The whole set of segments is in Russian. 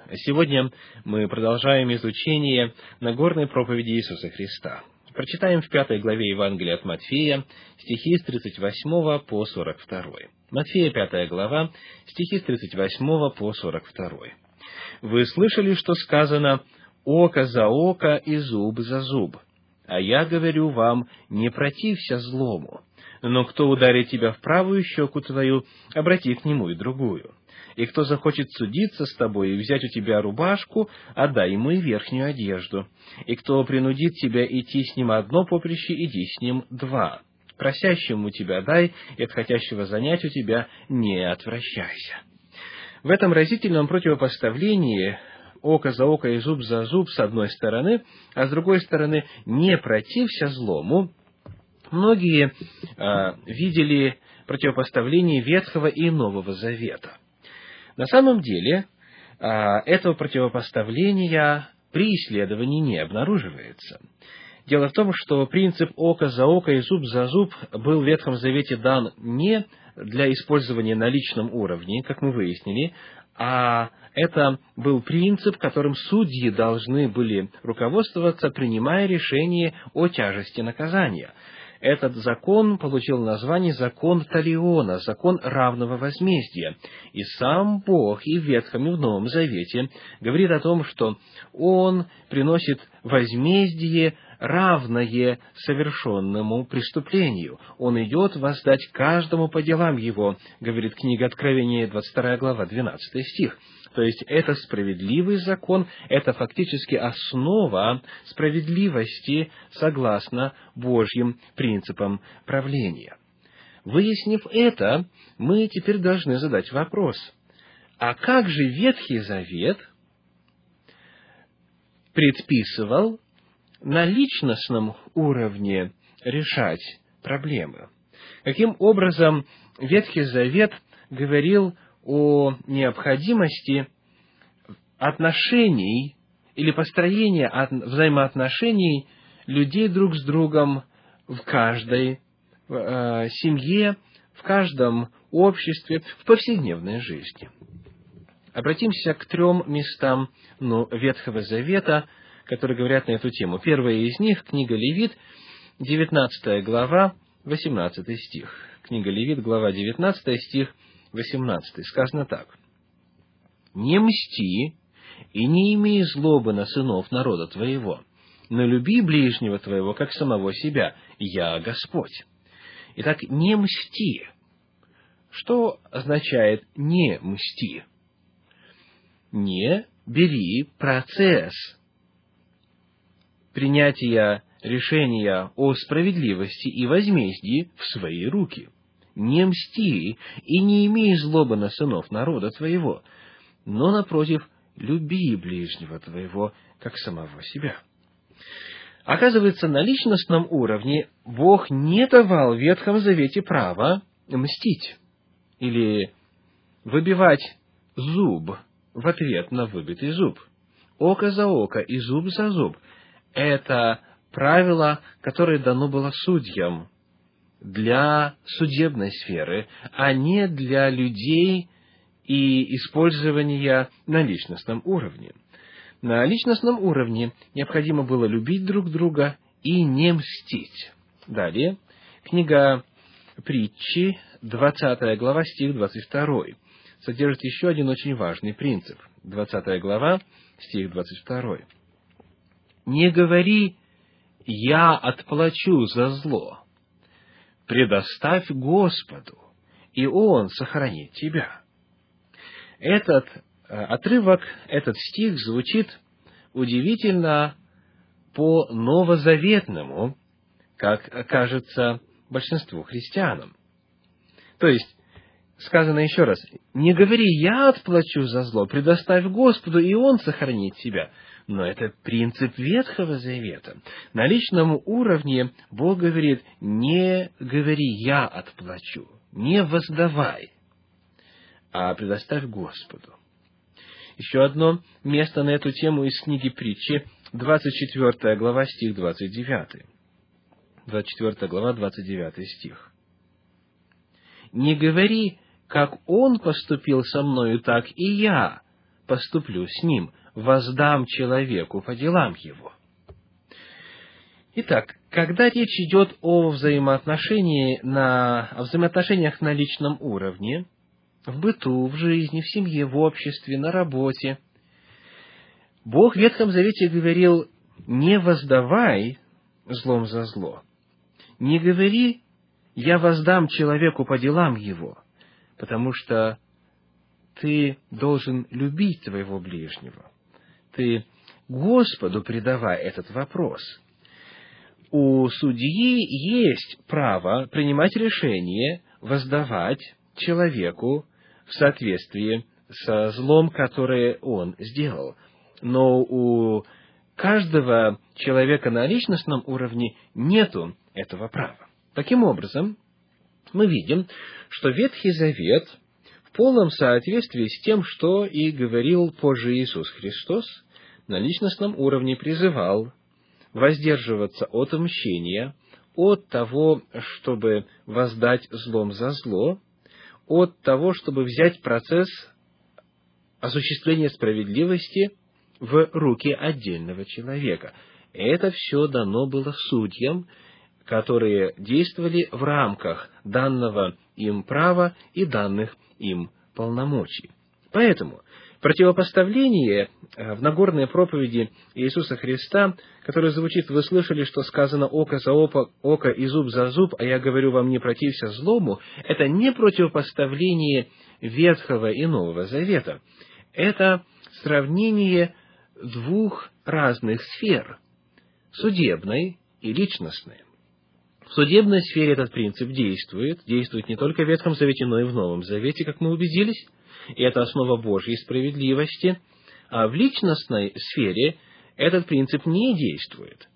Сегодня мы продолжаем изучение Нагорной проповеди Иисуса Христа. Прочитаем в 5 главе Евангелия от Матфея стихи с 38 по 42. Матфея, 5 глава, стихи с 38 по 42. «Вы слышали, что сказано: око за око и зуб за зуб. А я говорю вам, не протився злому. Но кто ударит тебя в правую щеку твою, обрати к нему и другую. И кто захочет судиться с тобой и взять у тебя рубашку, отдай ему и верхнюю одежду. И кто принудит тебя идти с ним одно поприще, иди с ним два. Просящему тебя дай, и от хотящего занять у тебя не отвращайся». В этом разительном противопоставлении око за око и зуб за зуб с одной стороны, а с другой стороны не протився злому, многие видели противопоставление Ветхого и Нового Завета. На самом деле, этого противопоставления при исследовании не обнаруживается. Дело в том, что принцип око за око и зуб за зуб был в Ветхом Завете дан не для использования на личном уровне, как мы выяснили, а это был принцип, которым судьи должны были руководствоваться, принимая решение о тяжести наказания. Этот закон получил название «Закон Талиона», «Закон равного возмездия». И сам Бог и в Ветхом, и в Новом Завете говорит о том, что Он приносит возмездие, равное совершенному преступлению. Он идет воздать каждому по делам его, говорит книга Откровения, 22 глава, 12 стих. То есть это справедливый закон, это фактически основа справедливости согласно Божьим принципам правления. Выяснив это, мы теперь должны задать вопрос: а как же Ветхий Завет предписывал на личностном уровне решать проблемы? Каким образом Ветхий Завет говорил о необходимости отношений или построения взаимоотношений людей друг с другом в каждой семье, в каждом обществе, в повседневной жизни? Обратимся к 3 местам Ветхого Завета, которые говорят на эту тему. Первое из них — книга Левит, 19 глава, 18 стих. Книга Левит, глава 19, стих 18. Сказано так: «Не мсти и не имей злобы на сынов народа твоего, но люби ближнего твоего, как самого себя. Я Господь». Итак, не мсти. Что означает не мсти? Не бери процесс принятия решения о справедливости и возмездии в свои руки. Не мсти и не имей злобы на сынов народа твоего, но, напротив, люби ближнего твоего, как самого себя. Оказывается, на личностном уровне Бог не давал в Ветхом Завете права мстить или выбивать зуб в ответ на выбитый зуб. Око за око и зуб за зуб — это правило, которое дано было судьям для судебной сферы, а не для людей и использования на личностном уровне. На личностном уровне необходимо было любить друг друга и не мстить. Далее, книга Притчи, 20 глава, стих 22, содержит еще один очень важный принцип. 20 глава, стих 22. «Не говори: я отплачу за зло. Предоставь Господу, и Он сохранит тебя». Этот отрывок, этот стих звучит удивительно по-новозаветному, как кажется большинству христианам. То есть, сказано еще раз: не говори: я отплачу за зло, предоставь Господу, и Он сохранит тебя. Но это принцип Ветхого Завета. На личном уровне Бог говорит: не говори: я отплачу, не воздавай, а предоставь Господу. Еще одно место на эту тему из книги Притчи, 24 глава, стих 29. 24 глава, 29 стих. «Не говори: как он поступил со мною, так и я поступлю с ним, воздам человеку по делам его». Итак, когда речь идет о взаимоотношениях на личном уровне, в быту, в жизни, в семье, в обществе, на работе, Бог в Ветхом Завете говорил: «Не воздавай злом за зло». Не говори: «Я воздам человеку по делам его», потому что ты должен любить твоего ближнего. Ты Господу предавай этот вопрос. У судьи есть право принимать решение воздавать человеку в соответствии со злом, которое он сделал. Но у каждого человека на личностном уровне нету этого права. Таким образом, мы видим, что Ветхий Завет в полном соответствии с тем, что и говорил позже Иисус Христос, на личностном уровне призывал воздерживаться от мщения, от того, чтобы воздать злом за зло, от того, чтобы взять процесс осуществления справедливости в руки отдельного человека. Это все дано было судьям, которые действовали в рамках данного им права и данных им полномочий. Поэтому противопоставление в Нагорной проповеди Иисуса Христа, которое звучит: «Вы слышали, что сказано око за око и зуб за зуб, а я говорю вам, не протився злому», это не противопоставление Ветхого и Нового Завета. Это сравнение двух разных сфер – судебной и личностной. В судебной сфере этот принцип действует не только в Ветхом Завете, но и в Новом Завете, как мы убедились, и это основа Божьей справедливости. А в личностной сфере этот принцип не действует,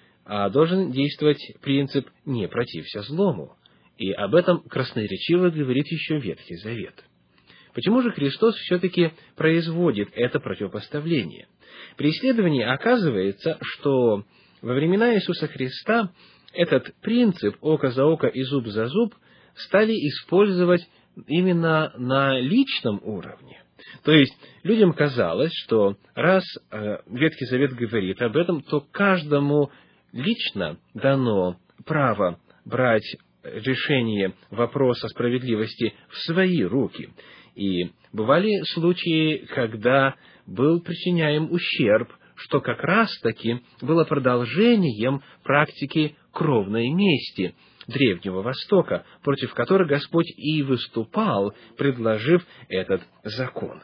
а должен действовать принцип «не протився злому». И об этом красноречиво говорит еще Ветхий Завет. Почему же Христос все-таки производит это противопоставление? При исследовании оказывается, что во времена Иисуса Христа этот принцип «око за око и зуб за зуб» стали использовать именно на личном уровне. То есть людям казалось, что раз Ветхий Завет говорит об этом, то каждому лично дано право брать решение вопроса справедливости в свои руки. И бывали случаи, когда был причиняем ущерб, что как раз-таки было продолжением практики кровной мести Древнего Востока, против которой Господь и выступал, предложив этот закон.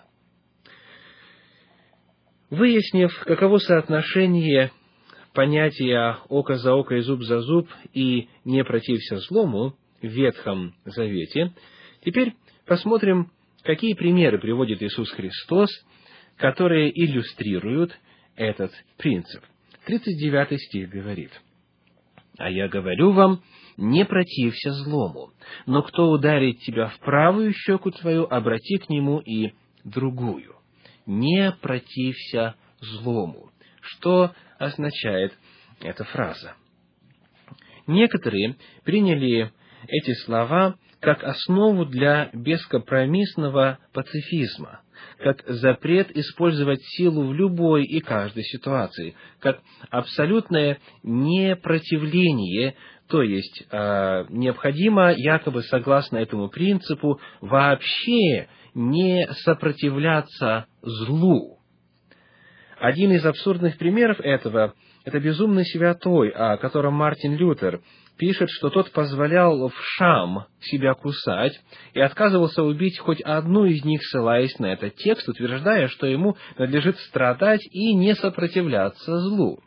Выяснив, каково соотношение понятия «око за око и зуб за зуб» и «не протився злому» в Ветхом Завете, теперь посмотрим, какие примеры приводит Иисус Христос, которые иллюстрируют этот принцип. 39 стих говорит: «А я говорю вам, не протився злому, но кто ударит тебя в правую щеку твою, обрати к нему и другую». Не протився злому. Что означает эта фраза? Некоторые приняли эти слова как основу для бескомпромиссного пацифизма, как запрет использовать силу в любой и каждой ситуации, как абсолютное непротивление, то есть необходимо, якобы согласно этому принципу, вообще не сопротивляться злу. Один из абсурдных примеров этого – это безумный святой, о котором Мартин Лютер пишет, что тот позволял вшам себя кусать и отказывался убить хоть одну из них, ссылаясь на этот текст, утверждая, что ему надлежит страдать и не сопротивляться злу.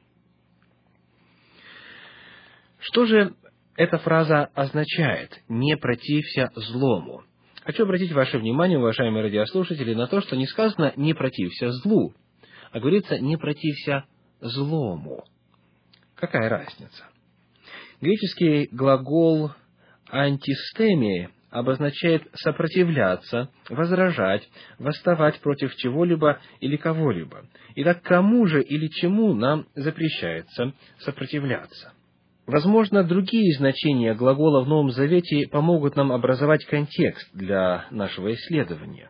Что же эта фраза означает «не протився злому»? Хочу обратить ваше внимание, уважаемые радиослушатели, на то, что не сказано «не протився злу», а говорится «не протився злому». Какая разница? Греческий глагол «антистеми» обозначает сопротивляться, возражать, восставать против чего-либо или кого-либо. Итак, кому же или чему нам запрещается сопротивляться? Возможно, другие значения глагола в Новом Завете помогут нам образовать контекст для нашего исследования.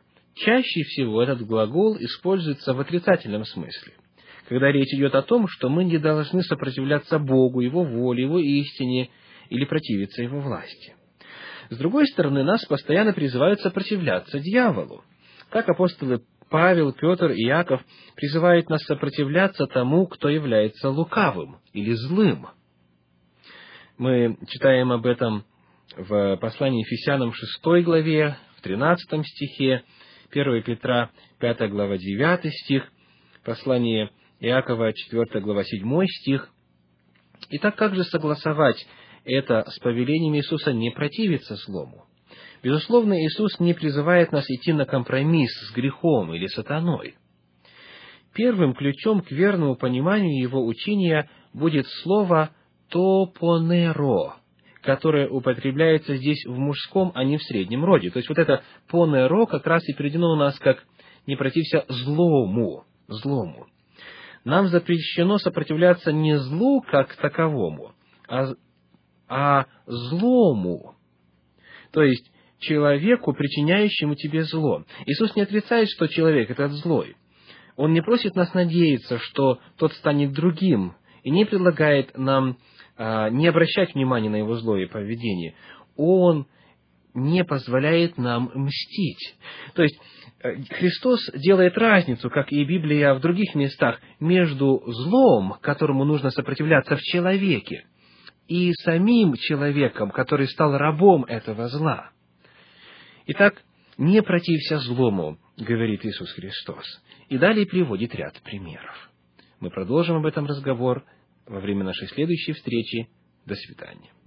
чаще всего этот глагол используется в отрицательном смысле, когда речь идет о том, что мы не должны сопротивляться Богу, Его воле, Его истине или противиться Его власти. С другой стороны, нас постоянно призывают сопротивляться дьяволу. Так апостолы Павел, Петр и Иаков призывают нас сопротивляться тому, кто является лукавым или злым. Мы читаем об этом в послании Ефесянам 6 главе, в 13 стихе, 1 Петра 5 глава 9 стих, послание Иакова 4 глава 7 стих. Итак, как же согласовать это с повелением Иисуса не противиться злому? Безусловно, Иисус не призывает нас идти на компромисс с грехом или сатаной. Первым ключом к верному пониманию Его учения будет слово «топонеро», которое употребляется здесь в мужском, а не в среднем роде. То есть вот это «понеро» как раз и переведено у нас как «не протився злому». Нам запрещено сопротивляться не злу как таковому, а злому. То есть человеку, причиняющему тебе зло. Иисус не отрицает, что человек этот злой. Он не просит нас надеяться, что тот станет другим, и не предлагает нам не обращать внимания на его злое поведение. Он не позволяет нам мстить. То есть Христос делает разницу, как и Библия в других местах, между злом, которому нужно сопротивляться в человеке, и самим человеком, который стал рабом этого зла. Итак, не протився злому, говорит Иисус Христос. И далее приводит ряд примеров. Мы продолжим об этом разговор во время нашей следующей встречи. До свидания.